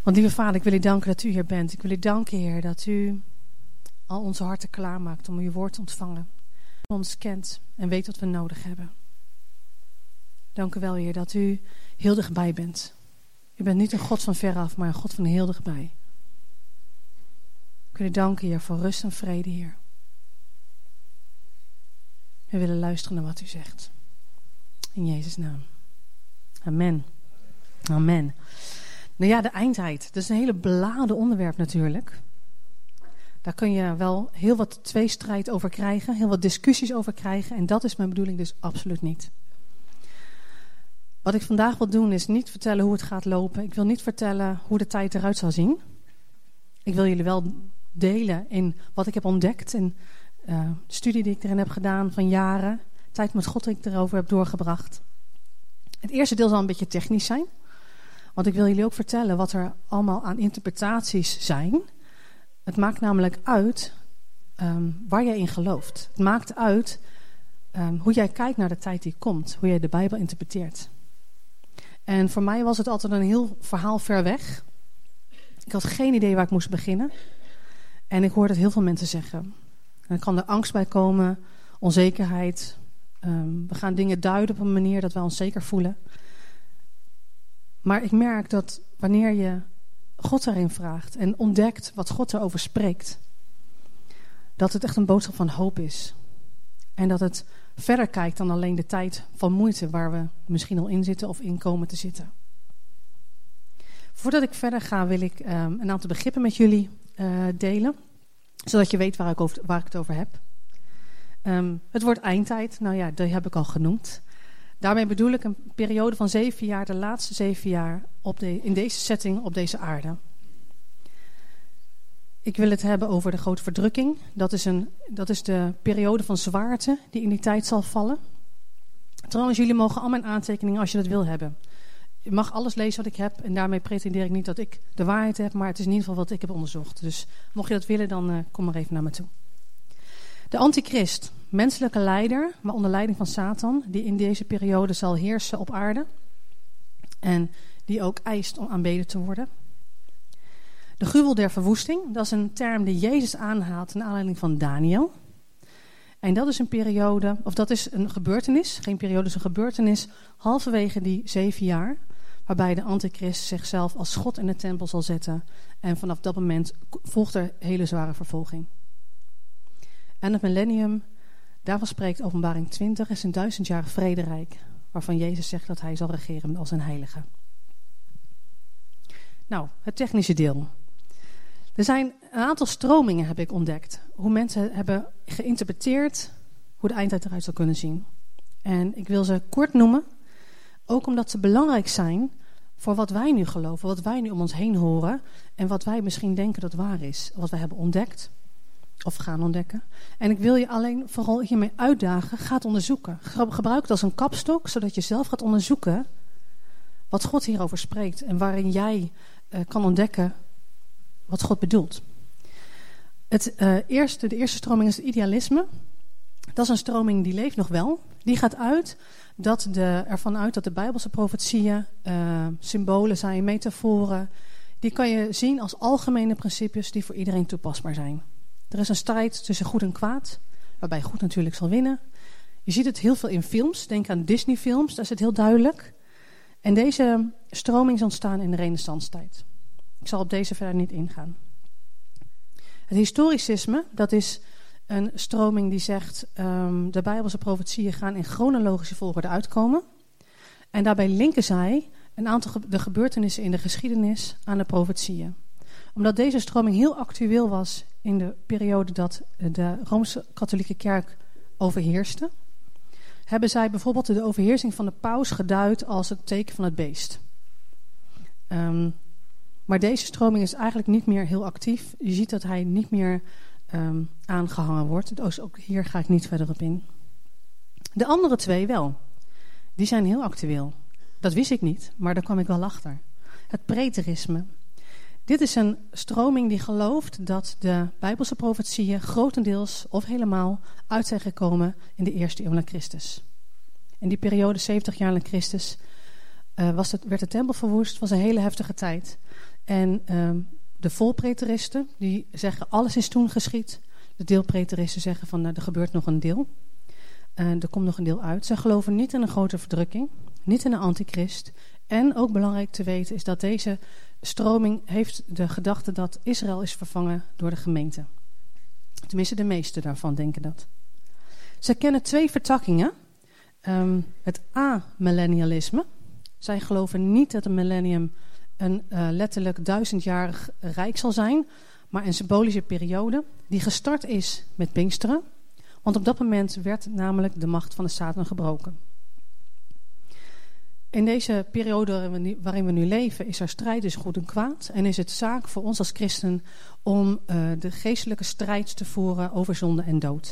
Want lieve Vader, ik wil u danken dat u hier bent. Ik wil u danken, Heer, dat u al onze harten klaarmaakt om uw woord te ontvangen. U ons kent en weet wat we nodig hebben. Dank u wel, Heer, dat u heel dichtbij bent. U bent niet een God van veraf, maar een God van heel dichtbij. Ik wil u danken, Heer, voor rust en vrede, Heer. We willen luisteren naar wat u zegt. In Jezus' naam. Amen. Amen. Nou ja, de eindtijd. Dat is een hele beladen onderwerp natuurlijk. Daar kun je wel heel wat tweestrijd over krijgen. Heel wat discussies over krijgen. En dat is mijn bedoeling dus absoluut niet. Wat ik vandaag wil doen is niet vertellen hoe het gaat lopen. Ik wil niet vertellen hoe de tijd eruit zal zien. Ik wil jullie wel delen in wat ik heb ontdekt. En de studie die ik erin heb gedaan van jaren. Tijd met God die ik erover heb doorgebracht. Het eerste deel zal een beetje technisch zijn. Want ik wil jullie ook vertellen wat er allemaal aan interpretaties zijn. Het maakt namelijk uit waar jij in gelooft. Het maakt uit hoe jij kijkt naar de tijd die komt. Hoe jij de Bijbel interpreteert. En voor mij was het altijd een heel verhaal ver weg. Ik had geen idee waar ik moest beginnen. En ik hoorde het heel veel mensen zeggen. En er kan er angst bij komen, onzekerheid. We gaan dingen duiden op een manier dat wij ons zeker voelen. Maar ik merk dat wanneer je God erin vraagt en ontdekt wat God erover spreekt, dat het echt een boodschap van hoop is. En dat het verder kijkt dan alleen de tijd van moeite waar we misschien al in zitten of in komen te zitten. Voordat ik verder ga wil ik een aantal begrippen met jullie delen, zodat je weet waar ik het over heb. Het woord eindtijd, nou ja, dat heb ik al genoemd. Daarmee bedoel ik een periode van 7 jaar, de laatste 7 jaar in deze setting op deze aarde. Ik wil het hebben over de grote verdrukking. Dat is de periode van zwaarte die in die tijd zal vallen. Trouwens, jullie mogen al mijn aantekeningen als je dat wil hebben. Je mag alles lezen wat ik heb en daarmee pretendeer ik niet dat ik de waarheid heb, maar het is in ieder geval wat ik heb onderzocht. Dus mocht je dat willen, dan kom maar even naar me toe. De antichrist, menselijke leider, maar onder leiding van Satan, die in deze periode zal heersen op aarde. En die ook eist om aanbeden te worden. De gruwel der verwoesting, dat is een term die Jezus aanhaalt naar aanleiding van Daniel. En dat is een periode, of dat is een gebeurtenis, geen periode, is een gebeurtenis, halverwege die 7 jaar, waarbij de antichrist zichzelf als God in de tempel zal zetten. En vanaf dat moment volgt er hele zware vervolging. En het millennium, daarvan spreekt Openbaring 20, is een 1000-jarig vrederijk, waarvan Jezus zegt dat hij zal regeren als een heilige. Nou, het technische deel. Er zijn een aantal stromingen, heb ik ontdekt, hoe mensen hebben geïnterpreteerd hoe de eindtijd eruit zal kunnen zien. En ik wil ze kort noemen, ook omdat ze belangrijk zijn voor wat wij nu geloven, wat wij nu om ons heen horen en wat wij misschien denken dat waar is, wat wij hebben ontdekt. Of gaan ontdekken. En ik wil je alleen vooral hiermee uitdagen. Ga het onderzoeken. Gebruik het als een kapstok. Zodat je zelf gaat onderzoeken. Wat God hierover spreekt. En waarin jij kan ontdekken. Wat God bedoelt. De eerste stroming is het idealisme. Dat is een stroming die leeft nog wel. Die gaat ervan uit dat de Bijbelse profetieën. Symbolen zijn. Metaforen. Die kan je zien als algemene principes. Die voor iedereen toepasbaar zijn. Er is een strijd tussen goed en kwaad, waarbij goed natuurlijk zal winnen. Je ziet het heel veel in films, denk aan Disney-films, daar is het heel duidelijk. En deze stroming is ontstaan in de Renaissance-tijd. Ik zal op deze verder niet ingaan. Het historicisme, dat is een stroming die zegt, de Bijbelse profetieën gaan in chronologische volgorde uitkomen. En daarbij linken zij een aantal de gebeurtenissen in de geschiedenis aan de profetieën. Omdat deze stroming heel actueel was in de periode dat de Rooms-Katholieke Kerk overheerste, hebben zij bijvoorbeeld de overheersing van de paus geduid als het teken van het beest. Maar deze stroming is eigenlijk niet meer heel actief. Je ziet dat hij niet meer aangehangen wordt. Dus ook hier ga ik niet verder op in. De andere 2 wel. Die zijn heel actueel. Dat wist ik niet, maar daar kwam ik wel achter. Het preterisme. Dit is een stroming die gelooft dat de Bijbelse profetieën grotendeels of helemaal uit zijn gekomen in de eerste eeuw na Christus. In die periode 70 jaar na Christus werd de tempel verwoest. Het was een hele heftige tijd. En de volpreteristen, die zeggen alles is toen geschied. De deelpreteristen zeggen van er gebeurt nog een deel. Er komt nog een deel uit. Ze geloven niet in een grote verdrukking, niet in een antichrist. En ook belangrijk te weten is dat deze stroming heeft de gedachte dat Israël is vervangen door de gemeente. Tenminste, de meeste daarvan denken dat. Ze kennen 2 vertakkingen. Het amillennialisme. Zij geloven niet dat een millennium een letterlijk 1000-jarig rijk zal zijn, maar een symbolische periode die gestart is met Pinksteren. Want op dat moment werd namelijk de macht van de Satan gebroken. In deze periode waarin we nu leven is er strijd tussen goed en kwaad. En is het zaak voor ons als christen om de geestelijke strijd te voeren over zonde en dood.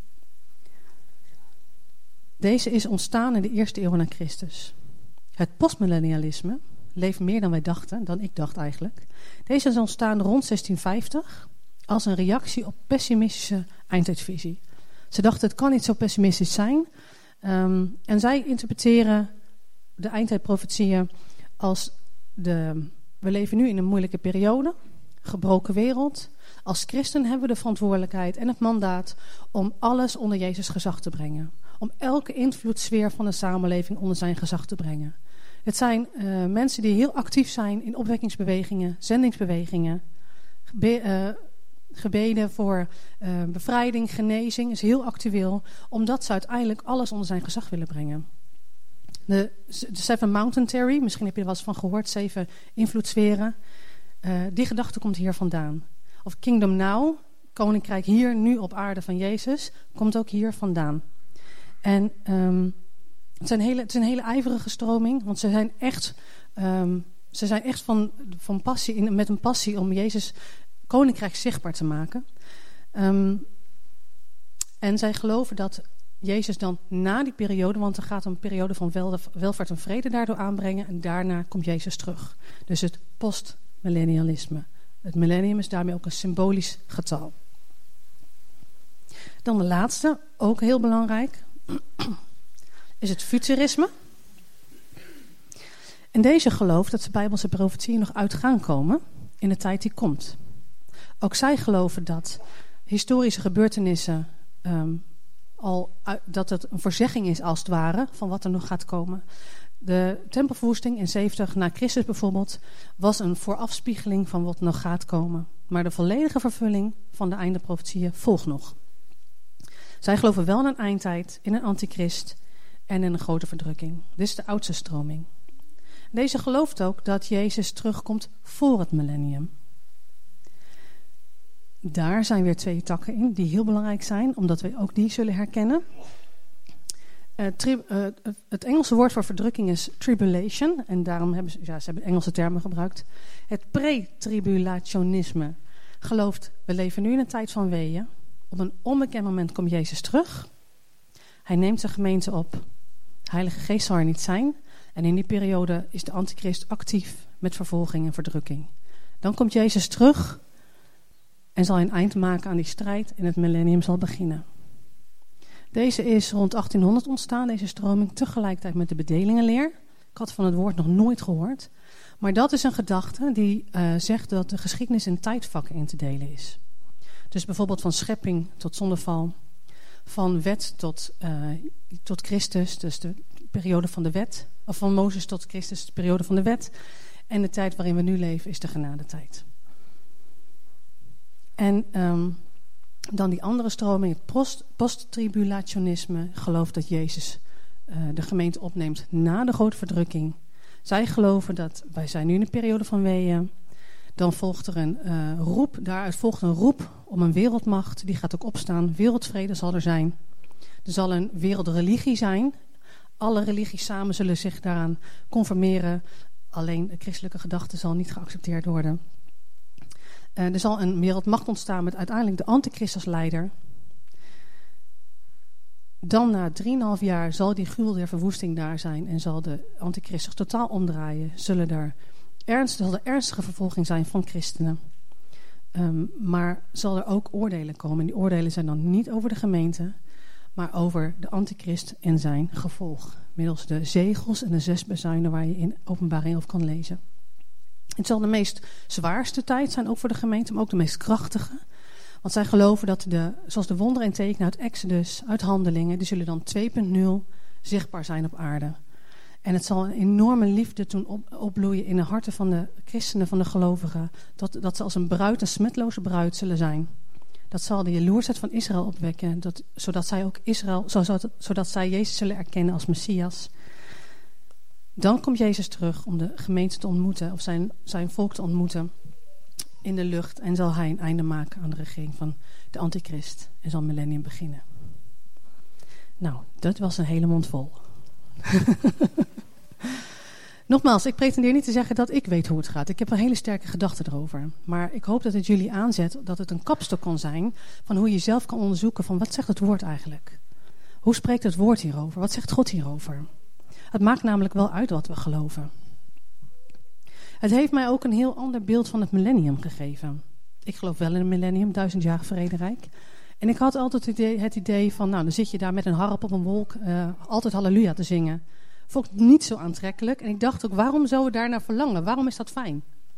Deze is ontstaan in de eerste eeuw na Christus. Het postmillennialisme leeft meer dan wij dachten, dan ik dacht eigenlijk. Deze is ontstaan rond 1650 als een reactie op pessimistische eindtijdvisie. Ze dachten het kan niet zo pessimistisch zijn. En zij interpreteren de eindtijdprofetieën als we leven nu in een moeilijke periode, gebroken wereld. Als christen hebben we de verantwoordelijkheid en het mandaat om alles onder Jezus gezag te brengen. Om elke invloedssfeer van de samenleving onder zijn gezag te brengen. Het zijn mensen die heel actief zijn in opwekkingsbewegingen, zendingsbewegingen. Gebeden voor bevrijding, genezing is heel actueel. Omdat ze uiteindelijk alles onder zijn gezag willen brengen. De Seven Mountain Theory, misschien heb je er wel eens van gehoord, 7 invloedssferen. Die gedachte komt hier vandaan. Of Kingdom Now, koninkrijk hier, nu op aarde van Jezus, komt ook hier vandaan. En het is een hele ijverige stroming, want ze zijn echt van passie, met een passie om Jezus koninkrijk zichtbaar te maken. En zij geloven dat Jezus dan na die periode, want er gaat een periode van welvaart en vrede daardoor aanbrengen en daarna komt Jezus terug. Dus het postmillennialisme. Het millennium is daarmee ook een symbolisch getal. Dan de laatste, ook heel belangrijk, is het futurisme. En deze gelooft dat de Bijbelse profetieën nog uit gaan komen in de tijd die komt. Ook zij geloven dat historische gebeurtenissen dat het een voorzegging is als het ware van wat er nog gaat komen. De tempelverwoesting in 70 na Christus bijvoorbeeld was een voorafspiegeling van wat nog gaat komen. Maar de volledige vervulling van de eindeprofetieën volgt nog. Zij geloven wel in een eindtijd, in een antichrist en in een grote verdrukking. Dit is de oudste stroming. Deze gelooft ook dat Jezus terugkomt voor het millennium. Daar zijn weer 2 takken in die heel belangrijk zijn, omdat we ook die zullen herkennen. Het Engelse woord voor verdrukking is tribulation. En daarom hebben ze hebben Engelse termen gebruikt. Het pre-tribulationisme gelooft, we leven nu in een tijd van weeën. Op een onbekend moment komt Jezus terug. Hij neemt zijn gemeente op. De Heilige Geest zal er niet zijn. En in die periode is de antichrist actief met vervolging en verdrukking. Dan komt Jezus terug en zal een eind maken aan die strijd en het millennium zal beginnen. Deze is rond 1800 ontstaan, deze stroming, tegelijkertijd met de bedelingenleer. Ik had van het woord nog nooit gehoord. Maar dat is een gedachte die zegt dat de geschiedenis in tijdvakken in te delen is. Dus bijvoorbeeld van schepping tot zondeval, van wet tot Christus, dus de periode van de wet. Of van Mozes tot Christus, de periode van de wet. En de tijd waarin we nu leven is de genadetijd. En dan die andere stroming, het posttribulationisme, gelooft dat Jezus de gemeente opneemt na de grote verdrukking. Zij geloven dat wij zijn nu in een periode van weeën. Dan volgt er een roep, daaruit volgt een roep om een wereldmacht. Die gaat ook opstaan, wereldvrede zal er zijn. Er zal een wereldreligie zijn. Alle religies samen zullen zich daaraan conformeren. Alleen de christelijke gedachte zal niet geaccepteerd worden. Er zal een wereldmacht ontstaan met uiteindelijk de antichrist als leider. Dan na 3,5 jaar zal die gruwel der verwoesting daar zijn en zal de antichrist zich totaal omdraaien. Zal er ernstige vervolging zijn van christenen. Maar zal er ook oordelen komen. En die oordelen zijn dan niet over de gemeente, maar over de antichrist en zijn gevolg. Middels de zegels en de 6 bezuinen waar je in Openbaring over kan lezen. Het zal de meest zwaarste tijd zijn, ook voor de gemeente, maar ook de meest krachtige. Want zij geloven dat zoals de wonderen en tekenen uit Exodus, uit Handelingen, die zullen dan 2.0 zichtbaar zijn op aarde. En het zal een enorme liefde toen opbloeien in de harten van de christenen, van de gelovigen. Dat ze als een bruid, een smetloze bruid zullen zijn. Dat zal de jaloersheid van Israël opwekken, zodat zij Jezus zullen erkennen als Messias. Dan komt Jezus terug om de gemeente te ontmoeten, of zijn volk te ontmoeten in de lucht. En zal hij een einde maken aan de regering van de antichrist. En zal het millennium beginnen. Nou, dat was een hele mond vol. Nogmaals, ik pretendeer niet te zeggen dat ik weet hoe het gaat. Ik heb een hele sterke gedachte erover. Maar ik hoop dat het jullie aanzet, dat het een kapstok kan zijn van hoe je zelf kan onderzoeken van wat zegt het woord eigenlijk? Hoe spreekt het woord hierover? Wat zegt God hierover? Het maakt namelijk wel uit wat we geloven. Het heeft mij ook een heel ander beeld van het millennium gegeven. Ik geloof wel in een millennium, 1000-jarig vrederijk. En ik had altijd het idee van, nou, dan zit je daar met een harp op een wolk, altijd halleluja te zingen. Vond ik niet zo aantrekkelijk. En ik dacht ook, waarom zouden we daar naar verlangen? Waarom is dat fijn?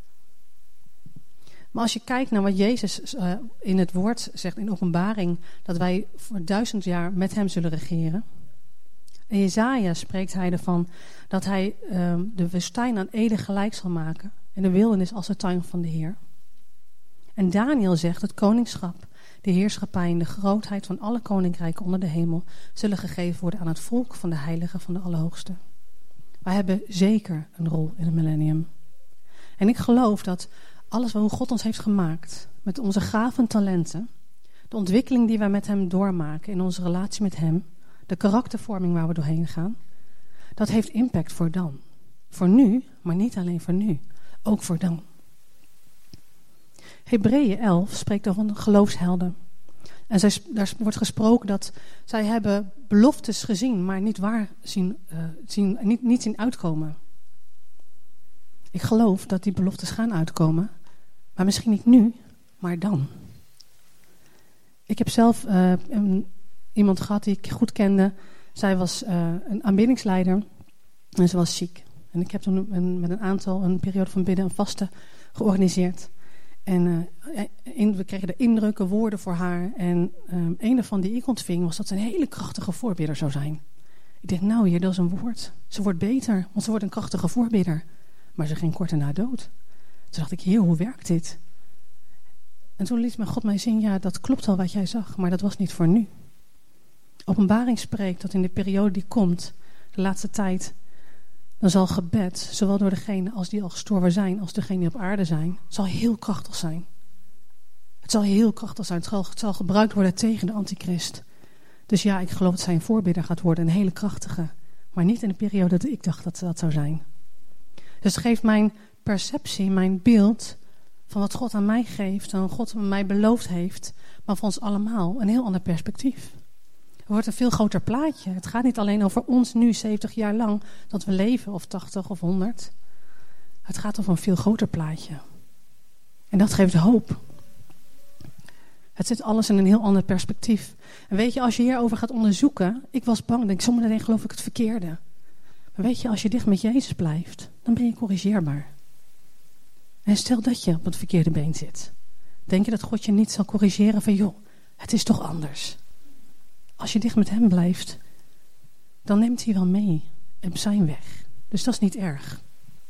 Maar als je kijkt naar wat Jezus in het woord zegt, in Openbaring, dat wij voor 1000 jaar met hem zullen regeren. In Jesaja spreekt hij ervan dat hij de woestijn aan Eden gelijk zal maken. En de wildernis als de tuin van de Heer. En Daniel zegt, het koningschap, de heerschappij en de grootheid van alle koninkrijken onder de hemel zullen gegeven worden aan het volk van de heiligen van de Allerhoogste. Wij hebben zeker een rol in het millennium. En ik geloof dat alles hoe God ons heeft gemaakt, met onze gaven en talenten, de ontwikkeling die wij met hem doormaken in onze relatie met hem, de karaktervorming waar we doorheen gaan, dat heeft impact voor dan. Voor nu, maar niet alleen voor nu, ook voor dan. Hebreeën 11 spreekt over een geloofshelden. En daar wordt gesproken dat zij hebben beloftes gezien, maar niet waar niet zien uitkomen. Ik geloof dat die beloftes gaan uitkomen, maar misschien niet nu, maar dan. Ik heb zelf iemand gehad die ik goed kende. Zij was een aanbiddingsleider en ze was ziek. En ik heb toen met een periode van bidden en vasten georganiseerd. En we kregen de indrukken, woorden voor haar. En een ervan die ik ontving was dat ze een hele krachtige voorbidder zou zijn. Ik dacht, nou hier, dat is een woord. Ze wordt beter, want ze wordt een krachtige voorbidder. Maar ze ging kort daarna dood. Toen dacht ik, Heer, hoe werkt dit? En toen liet God mij zien, ja, dat klopt wel wat jij zag, maar dat was niet voor nu. Openbaring spreekt dat in de periode die komt, de laatste tijd, dan zal gebed, zowel door degene als die al gestorven zijn, als degene die op aarde zijn, zal heel krachtig zijn. Het zal heel krachtig zijn. Het zal gebruikt worden tegen de antichrist. Dus ja, ik geloof dat zij een voorbidder gaat worden, een hele krachtige. Maar niet in de periode dat ik dacht dat dat zou zijn. Dus het geeft mijn perceptie, mijn beeld van wat God aan mij geeft, en wat God aan mij beloofd heeft, maar voor ons allemaal een heel ander perspectief. Er wordt een veel groter plaatje. Het gaat niet alleen over ons nu 70 jaar lang dat we leven, of 80 of 100. Het gaat over een veel groter plaatje. En dat geeft hoop. Het zit alles in een heel ander perspectief. En weet je, als je hierover gaat onderzoeken, ik was bang, denk sommigen denken geloof ik het verkeerde. Maar weet je, als je dicht met Jezus blijft, dan ben je corrigeerbaar. En stel dat je op het verkeerde been zit. Denk je dat God je niet zal corrigeren van joh, het is toch anders. Als je dicht met hem blijft, dan neemt hij wel mee op zijn weg. Dus dat is niet erg.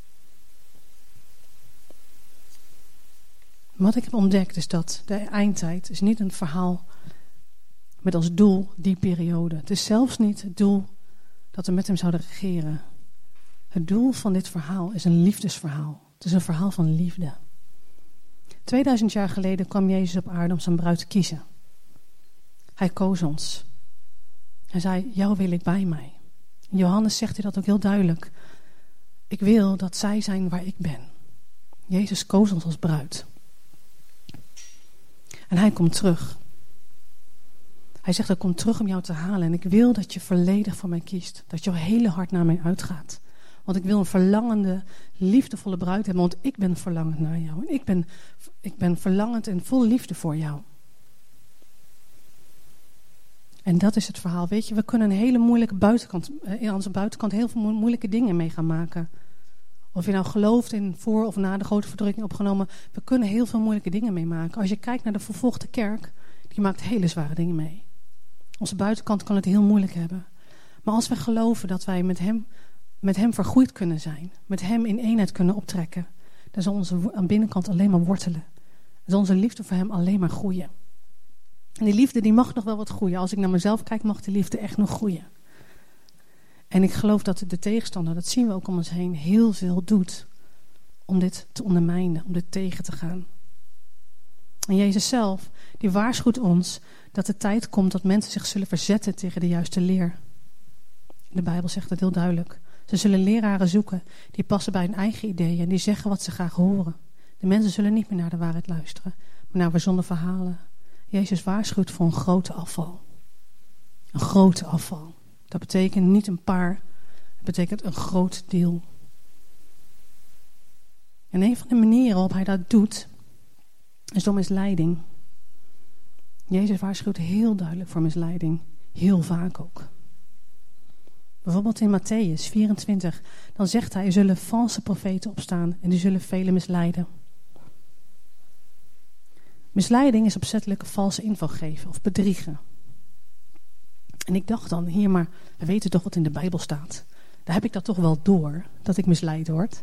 Wat ik heb ontdekt is dat de eindtijd is niet een verhaal met als doel die periode. Het is zelfs niet het doel dat we met hem zouden regeren. Het doel van dit verhaal is een liefdesverhaal. Het is een verhaal van liefde. 2000 jaar geleden kwam Jezus op aarde om zijn bruid te kiezen. Hij koos ons. Hij zei, jou wil ik bij mij. In Johannes zegt hij dat ook heel duidelijk. Ik wil dat zij zijn waar ik ben. Jezus koos ons als bruid. En hij komt terug. Hij zegt, ik kom terug om jou te halen. En ik wil dat je volledig voor mij kiest. Dat je hele hart naar mij uitgaat. Want ik wil een verlangende, liefdevolle bruid hebben. Want ik ben verlangend naar jou. En ik ben verlangend en vol liefde voor jou. En dat is het verhaal. Weet je, we kunnen een hele moeilijke buitenkant, in onze buitenkant heel veel moeilijke dingen mee gaan maken. Of je nou gelooft in voor of na de grote verdrukking opgenomen. We kunnen heel veel moeilijke dingen meemaken. Als je kijkt naar de vervolgde kerk, die maakt hele zware dingen mee. Onze buitenkant kan het heel moeilijk hebben. Maar als we geloven dat wij met hem vergroeid kunnen zijn. Met hem in eenheid kunnen optrekken. Dan zal onze binnenkant alleen maar wortelen. Dan zal onze liefde voor hem alleen maar groeien. En die liefde die mag nog wel wat groeien. Als ik naar mezelf kijk, mag die liefde echt nog groeien. En ik geloof dat de tegenstander, dat zien we ook om ons heen, heel veel doet om dit te ondermijnen, om dit tegen te gaan. En Jezus zelf, die waarschuwt ons dat de tijd komt dat mensen zich zullen verzetten tegen de juiste leer. De Bijbel zegt dat heel duidelijk. Ze zullen leraren zoeken die passen bij hun eigen ideeën en die zeggen wat ze graag horen. De mensen zullen niet meer naar de waarheid luisteren, maar naar verzonnen verhalen. Jezus waarschuwt voor een grote afval. Een grote afval. Dat betekent niet een paar, dat betekent een groot deel. En een van de manieren waarop hij dat doet, is door misleiding. Jezus waarschuwt heel duidelijk voor misleiding. Heel vaak ook. Bijvoorbeeld in Mattheüs 24, dan zegt hij, er zullen valse profeten opstaan en die zullen velen misleiden. Misleiding is opzettelijk een valse info geven of bedriegen. En ik dacht dan, hier maar, we weten toch wat in de Bijbel staat. Daar heb ik dat toch wel door, dat ik misleid word.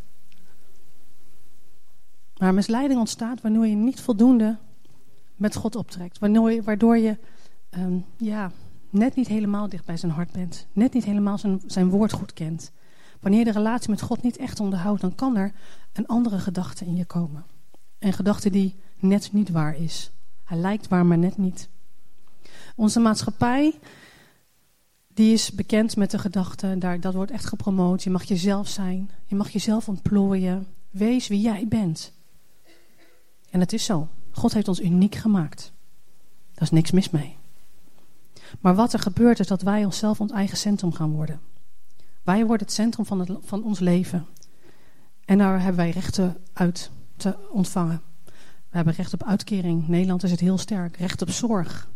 Maar misleiding ontstaat wanneer je niet voldoende met God optrekt. Waardoor je net niet helemaal dicht bij zijn hart bent. Net niet helemaal zijn woord goed kent. Wanneer je de relatie met God niet echt onderhoudt, dan kan er een andere gedachte in je komen. Een gedachte die net niet waar is. Hij lijkt waar, maar net niet. Onze maatschappij, die is bekend met de gedachte, dat wordt echt gepromoot. Je mag jezelf zijn. Je mag jezelf ontplooien. Wees wie jij bent. En het is zo. God heeft ons uniek gemaakt. Daar is niks mis mee. Maar wat er gebeurt is dat wij onszelf ons eigen centrum gaan worden. Wij worden het centrum van ons leven. En daar hebben wij rechten uit te ontvangen. We hebben recht op uitkering. In Nederland is het heel sterk. Recht op zorg.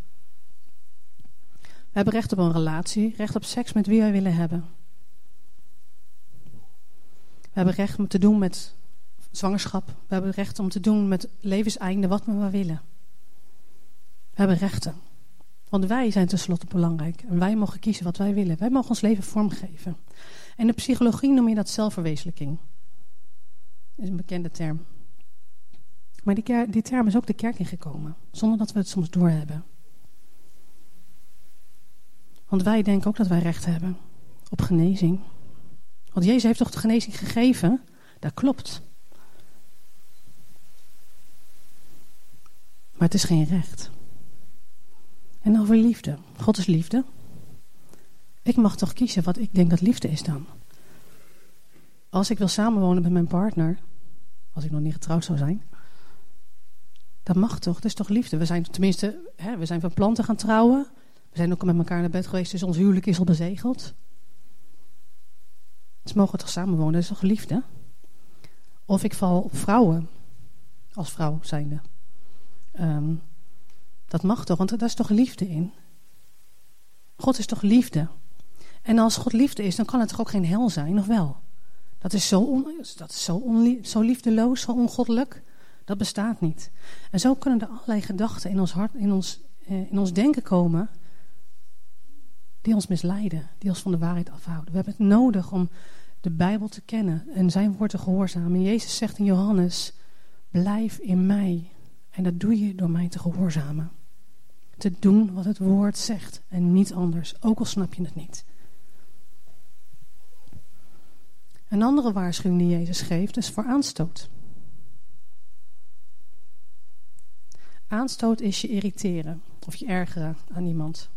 We hebben recht op een relatie. Recht op seks met wie wij willen hebben. We hebben recht om te doen met zwangerschap. We hebben recht om te doen met levenseinde wat we maar willen. We hebben rechten. Want wij zijn tenslotte belangrijk. En wij mogen kiezen wat wij willen. Wij mogen ons leven vormgeven. En in de psychologie noem je dat zelfverwezenlijking. Dat is een bekende term. Maar die term is ook de kerk ingekomen. Zonder dat we het soms doorhebben. Want wij denken ook dat wij recht hebben op genezing. Want Jezus heeft toch de genezing gegeven? Dat klopt. Maar het is geen recht. En over liefde. God is liefde. Ik mag toch kiezen wat ik denk dat liefde is dan. Als ik wil samenwonen met mijn partner, als ik nog niet getrouwd zou zijn, dat mag toch, dat is toch liefde. We zijn tenminste, we zijn van plan te gaan trouwen. We zijn ook al met elkaar naar bed geweest, dus ons huwelijk is al bezegeld. Dus mogen we toch samenwonen, dat is toch liefde? Of ik val op vrouwen, als vrouw zijnde. Dat mag toch, want daar is toch liefde in. God is toch liefde. En als God liefde is, dan kan het toch ook geen hel zijn, of wel? Dat is zo liefdeloos, zo ongoddelijk. Dat bestaat niet. En zo kunnen er allerlei gedachten in ons hart, in ons denken komen, die ons misleiden, die ons van de waarheid afhouden. We hebben het nodig om de Bijbel te kennen en zijn woord te gehoorzamen. En Jezus zegt in Johannes, blijf in mij. En dat doe je door mij te gehoorzamen. Te doen wat het woord zegt en niet anders, ook al snap je het niet. Een andere waarschuwing die Jezus geeft is voor aanstoot. Aanstoot is je irriteren of je ergeren aan iemand.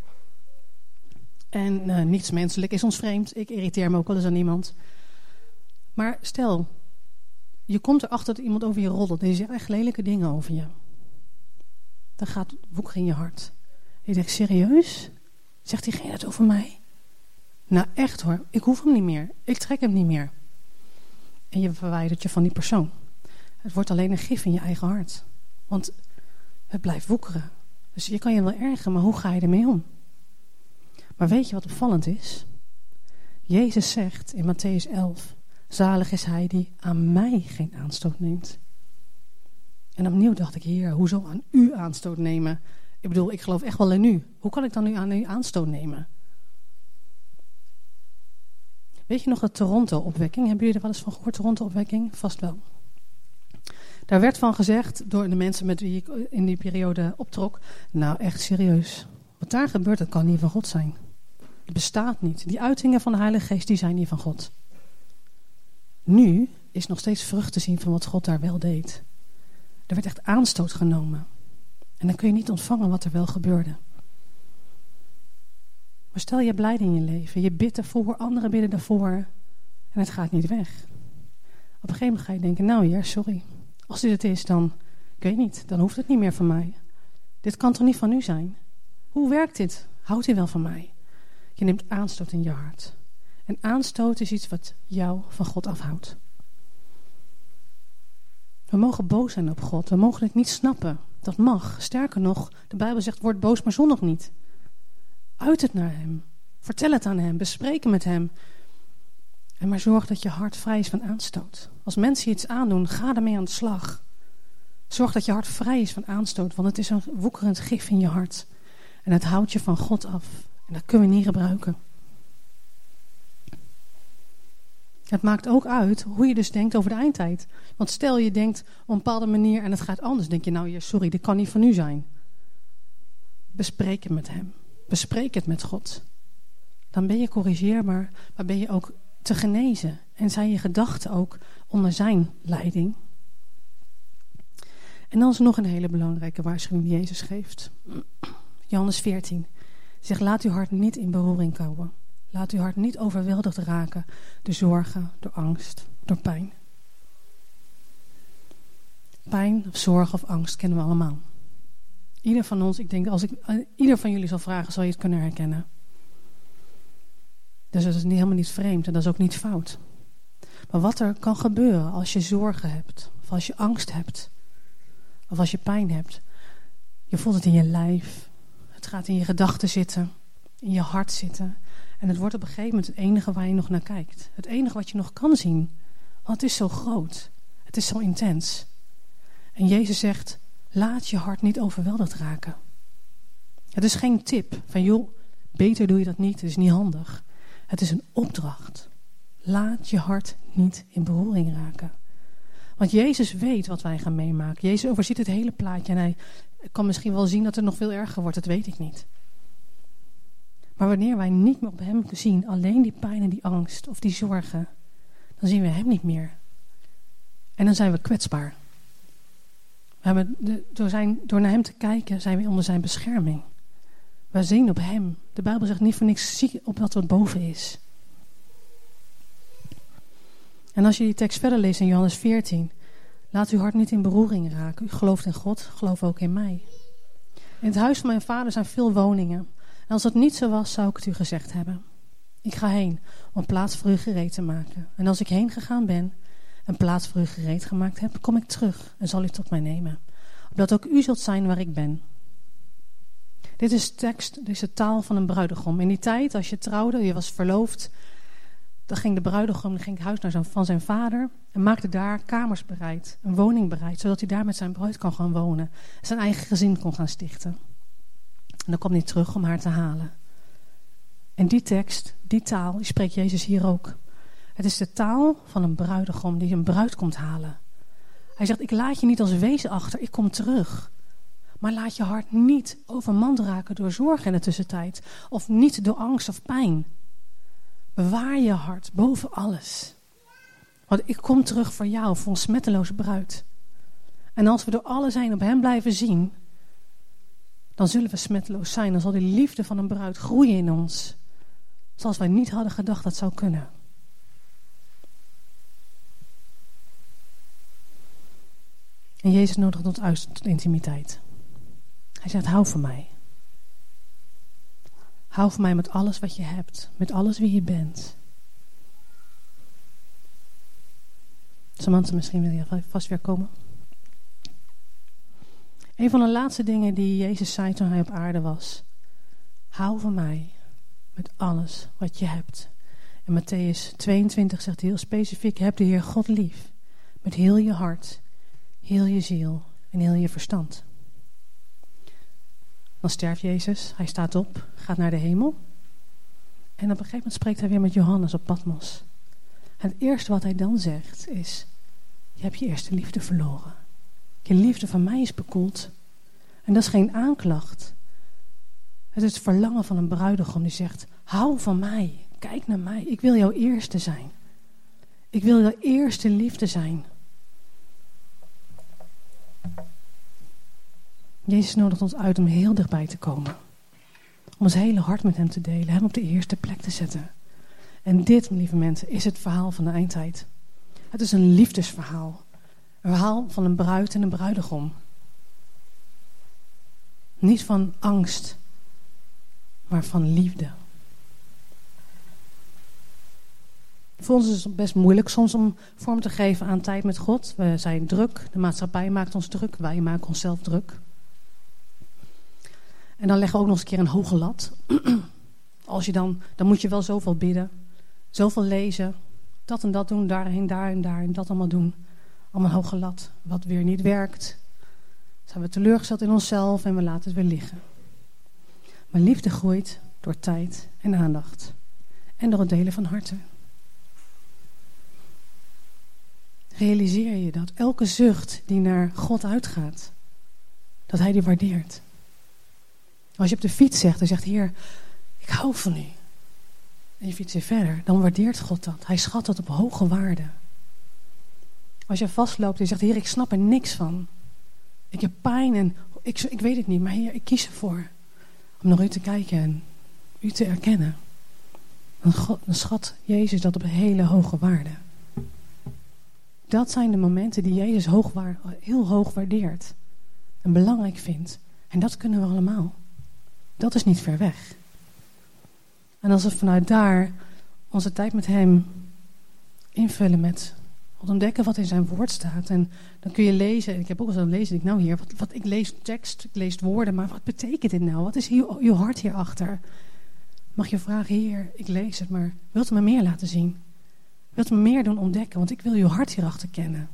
En niets menselijk is ons vreemd. Ik irriteer me ook wel eens aan iemand. Maar stel, je komt erachter dat iemand over je roddelt en je zegt echt lelijke dingen over je. Dan gaat woeker in je hart. Je denkt, serieus? Zegt diegene het over mij? Nou echt hoor, ik hoef hem niet meer. Ik trek hem niet meer. En je verwijdert je van die persoon. Het wordt alleen een gif in je eigen hart. Want het blijft woekeren. Dus je kan je wel ergeren, maar hoe ga je ermee om? Maar weet je wat opvallend is? Jezus zegt in Mattheüs 11 Zalig is hij die aan mij geen aanstoot neemt. En opnieuw dacht ik, Heer, hoezo aan u aanstoot nemen? Ik bedoel, ik geloof echt wel in u. Hoe kan ik dan nu aan u aanstoot nemen? Weet je nog de Toronto-opwekking? Hebben jullie er wel eens van gehoord, Toronto-opwekking? Vast wel. Daar werd van gezegd, door de mensen met wie ik in die periode optrok, nou echt serieus. Wat daar gebeurt, dat kan niet van God zijn. Het bestaat niet. Die uitingen van de Heilige Geest, die zijn niet van God. Nu is nog steeds vrucht te zien van wat God daar wel deed. Er werd echt aanstoot genomen. En dan kun je niet ontvangen wat er wel gebeurde. Maar stel je blijde in je leven. Je bidt ervoor, anderen bidden ervoor. En het gaat niet weg. Op een gegeven moment ga je denken, nou Heer, sorry. Als dit het is, dan, ik weet niet, dan hoeft het niet meer van mij. Dit kan toch niet van u zijn? Hoe werkt dit? Houdt u wel van mij? Je neemt aanstoot in je hart. En aanstoot is iets wat jou van God afhoudt. We mogen boos zijn op God. We mogen het niet snappen. Dat mag. Sterker nog, de Bijbel zegt, word boos, maar zondig niet. Uit het naar hem. Vertel het aan hem. Bespreek het met hem. En maar zorg dat je hart vrij is van aanstoot. Als mensen je iets aandoen, ga ermee aan de slag. Zorg dat je hart vrij is van aanstoot, want het is een woekerend gif in je hart. En het houdt je van God af. En dat kunnen we niet gebruiken. Het maakt ook uit hoe je dus denkt over de eindtijd. Want stel je denkt op een bepaalde manier en het gaat anders. Denk je, nou ja, sorry, dit kan niet van u zijn. Bespreek het met hem. Bespreek het met God. Dan ben je corrigeerbaar, maar ben je ook te genezen. En zijn je gedachten ook onder zijn leiding. En dan is er nog een hele belangrijke waarschuwing die Jezus geeft. Johannes 14. Hij zegt, laat uw hart niet in beroering komen. Laat uw hart niet overweldigd raken door zorgen, door angst, door pijn. Pijn of zorg of angst kennen we allemaal. Ieder van ons, ik denk, als ik ieder van jullie zal vragen, zal je het kunnen herkennen. Dus dat is helemaal niet vreemd en dat is ook niet fout. Maar wat er kan gebeuren als je zorgen hebt, of als je angst hebt, of als je pijn hebt. Je voelt het in je lijf. Het gaat in je gedachten zitten, in je hart zitten. En het wordt op een gegeven moment het enige waar je nog naar kijkt. Het enige wat je nog kan zien. Want het is zo groot. Het is zo intens. En Jezus zegt, laat je hart niet overweldigd raken. Het is geen tip van, joh, beter doe je dat niet, het is niet handig. Het is een opdracht. Laat je hart niet in beroering raken. Want Jezus weet wat wij gaan meemaken. Jezus overziet het hele plaatje en hij kan misschien wel zien dat het nog veel erger wordt, dat weet ik niet. Maar wanneer wij niet meer op hem zien, alleen die pijn en die angst of die zorgen, dan zien we hem niet meer. En dan zijn we kwetsbaar. Door naar hem te kijken zijn we onder zijn bescherming. We zien op hem. De Bijbel zegt niet voor niks, zie op wat boven is. En als je die tekst verder leest in Johannes 14, laat uw hart niet in beroering raken. U gelooft in God, geloof ook in mij. In het huis van mijn vader zijn veel woningen. En als dat niet zo was, zou ik het u gezegd hebben. Ik ga heen om een plaats voor u gereed te maken. En als ik heen gegaan ben, een plaats voor u gereed gemaakt heb, kom ik terug en zal u tot mij nemen. Opdat ook u zult zijn waar ik ben. Dit is de taal van een bruidegom. In die tijd, als je trouwde, je was verloofd, dan ging de bruidegom naar het huis van zijn vader en maakte daar kamers bereid, een woning bereid, zodat hij daar met zijn bruid kan gaan wonen en zijn eigen gezin kon gaan stichten. En dan kwam hij terug om haar te halen. En die tekst, die taal, die spreekt Jezus hier ook. Het is de taal van een bruidegom die een bruid komt halen. Hij zegt, ik laat je niet als wezen achter, ik kom terug. Maar laat je hart niet overmand raken door zorg in de tussentijd. Of niet door angst of pijn. Bewaar je hart boven alles. Want ik kom terug voor jou, voor een smetteloze bruid. En als we door alles heen op hem blijven zien, dan zullen we smetteloos zijn. Dan zal die liefde van een bruid groeien in ons. Zoals wij niet hadden gedacht dat zou kunnen. En Jezus nodigt ons uit tot intimiteit. Hij zegt, hou van mij. Hou van mij met alles wat je hebt. Met alles wie je bent. Samantha, misschien wil je vast weer komen. Een van de laatste dingen die Jezus zei toen hij op aarde was. Hou van mij met alles wat je hebt. En Mattheüs 22 zegt heel specifiek: heb de Heer God lief. Met heel je hart, heel je ziel en heel je verstand. Dan sterft Jezus, hij staat op, gaat naar de hemel. En op een gegeven moment spreekt hij weer met Johannes op Patmos. En het eerste wat hij dan zegt is: je hebt je eerste liefde verloren. Je liefde van mij is bekoeld. En dat is geen aanklacht. Het is het verlangen van een bruidegom die zegt: hou van mij, kijk naar mij. Ik wil jouw eerste zijn. Ik wil jouw eerste liefde zijn. Jezus nodigt ons uit om heel dichtbij te komen. Om ons hele hart met hem te delen. Hem op de eerste plek te zetten. En dit, lieve mensen, is het verhaal van de eindtijd. Het is een liefdesverhaal. Een verhaal van een bruid en een bruidegom. Niet van angst, maar van liefde. Voor ons is het best moeilijk soms om vorm te geven aan tijd met God. We zijn druk, de maatschappij maakt ons druk, wij maken onszelf druk. En dan leggen we ook nog eens een keer een hoge lat. Dan moet je wel zoveel bidden, zoveel lezen, dat en dat doen, daarheen, daar en dat allemaal doen. Allemaal een hoge lat, wat weer niet werkt. Zijn we teleurgesteld in onszelf en we laten het weer liggen. Maar liefde groeit door tijd en aandacht. En door het delen van harten. Realiseer je dat elke zucht die naar God uitgaat, dat hij die waardeert. Als je op de fiets zegt en zegt: Heer, ik hou van u. En je fietst weer verder, dan waardeert God dat. Hij schat dat op hoge waarde. Als je vastloopt en zegt: Heer, ik snap er niks van. Ik heb pijn en ik weet het niet, maar Heer, ik kies ervoor om naar u te kijken en u te erkennen. Dan schat Jezus dat op een hele hoge waarde. Dat zijn de momenten die Jezus heel hoog waardeert en belangrijk vindt. En dat kunnen we allemaal. Dat is niet ver weg. En als we vanuit daar onze tijd met hem invullen met ontdekken wat in zijn woord staat. En dan kun je lezen, ik heb ook eens aan lezen, ik lees tekst, ik lees woorden, maar wat betekent dit nou? Wat is uw hart hierachter? Mag je vragen: Heer, ik lees het, maar wilt u me meer laten zien? Wilt u me meer doen ontdekken? Want ik wil uw hart hierachter kennen.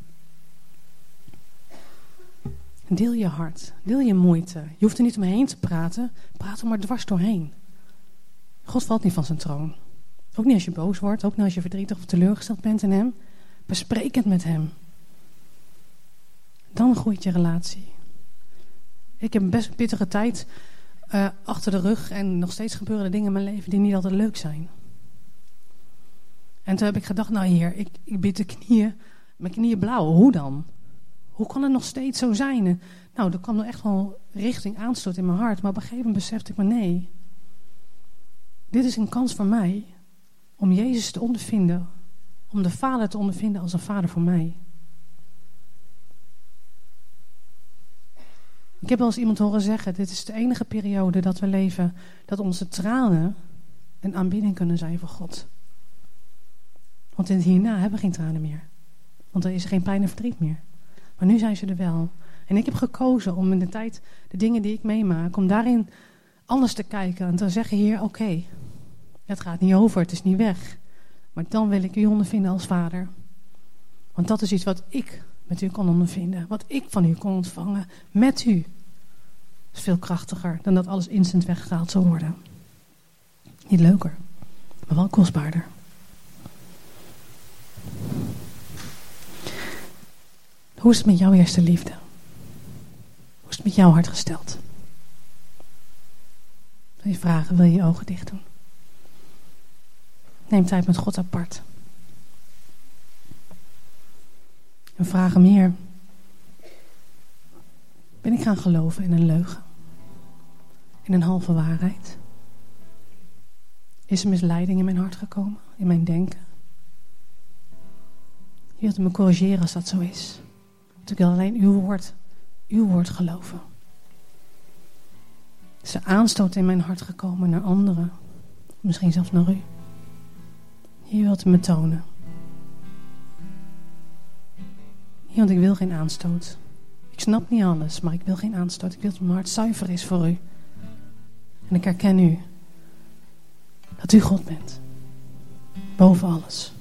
Deel je hart, deel je moeite. Je hoeft er niet omheen te praten, praat er maar dwars doorheen. God valt niet van zijn troon. Ook niet als je boos wordt, ook niet als je verdrietig of teleurgesteld bent in hem. Bespreek het met hem. Dan groeit je relatie. Ik heb een best pittige tijd achter de rug en nog steeds gebeuren er dingen in mijn leven die niet altijd leuk zijn. En toen heb ik gedacht: nou Heer, ik bid mijn knieën blauw. Hoe dan? Hoe kan het nog steeds zo zijn? En, er kwam er echt wel richting aanstoot in mijn hart. Maar op een gegeven moment besefte ik: maar nee. Dit is een kans voor mij om Jezus te ondervinden. Om de Vader te ondervinden als een vader voor mij. Ik heb wel eens iemand horen zeggen: dit is de enige periode dat we leven dat onze tranen een aanbidding kunnen zijn voor God. Want in het hierna hebben we geen tranen meer. Want er is geen pijn en verdriet meer. Maar nu zijn ze er wel. En ik heb gekozen om in de tijd, de dingen die ik meemaak, om daarin anders te kijken. En te zeggen: Heer, oké, het gaat niet over, het is niet weg. Maar dan wil ik u ondervinden als vader. Want dat is iets wat ik met u kon ondervinden. Wat ik van u kon ontvangen met u. Dat is veel krachtiger dan dat alles instant weggehaald zal worden. Niet leuker, maar wel kostbaarder. Hoe is het met jouw eerste liefde? Hoe is het met jouw hart gesteld? Wil je vragen, wil je je ogen dicht doen? Neem tijd met God apart. En vraag hem: Heer, ben ik gaan geloven in een leugen? In een halve waarheid? Is er misleiding in mijn hart gekomen? In mijn denken? Je wilt me corrigeren als dat zo is. Want ik wil alleen uw woord geloven. Is er aanstoot in mijn hart gekomen naar anderen? Misschien zelfs naar u. Je wilt me tonen. Want ik wil geen aanstoot. Ik snap niet alles, maar ik wil geen aanstoot. Ik wil dat mijn hart zuiver is voor u. En ik herken u. Dat u God bent. Boven alles.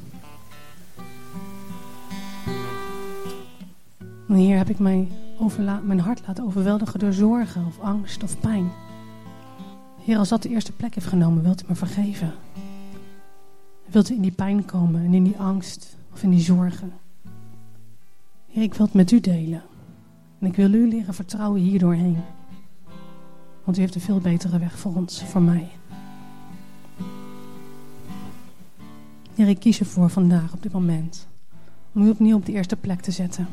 En hier heb ik mijn hart laten overweldigen door zorgen of angst of pijn. Heer, als dat de eerste plek heeft genomen, wilt u me vergeven? Wilt u in die pijn komen en in die angst of in die zorgen? Heer, ik wil het met u delen. En ik wil u leren vertrouwen hierdoorheen. Want u heeft een veel betere weg voor ons, voor mij. Heer, ik kies ervoor vandaag op dit moment om u opnieuw op de eerste plek te zetten.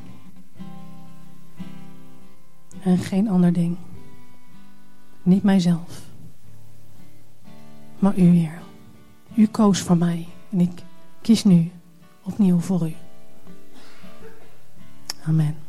En geen ander ding. Niet mijzelf. Maar u, Heer. U koos voor mij. En ik kies nu opnieuw voor u. Amen.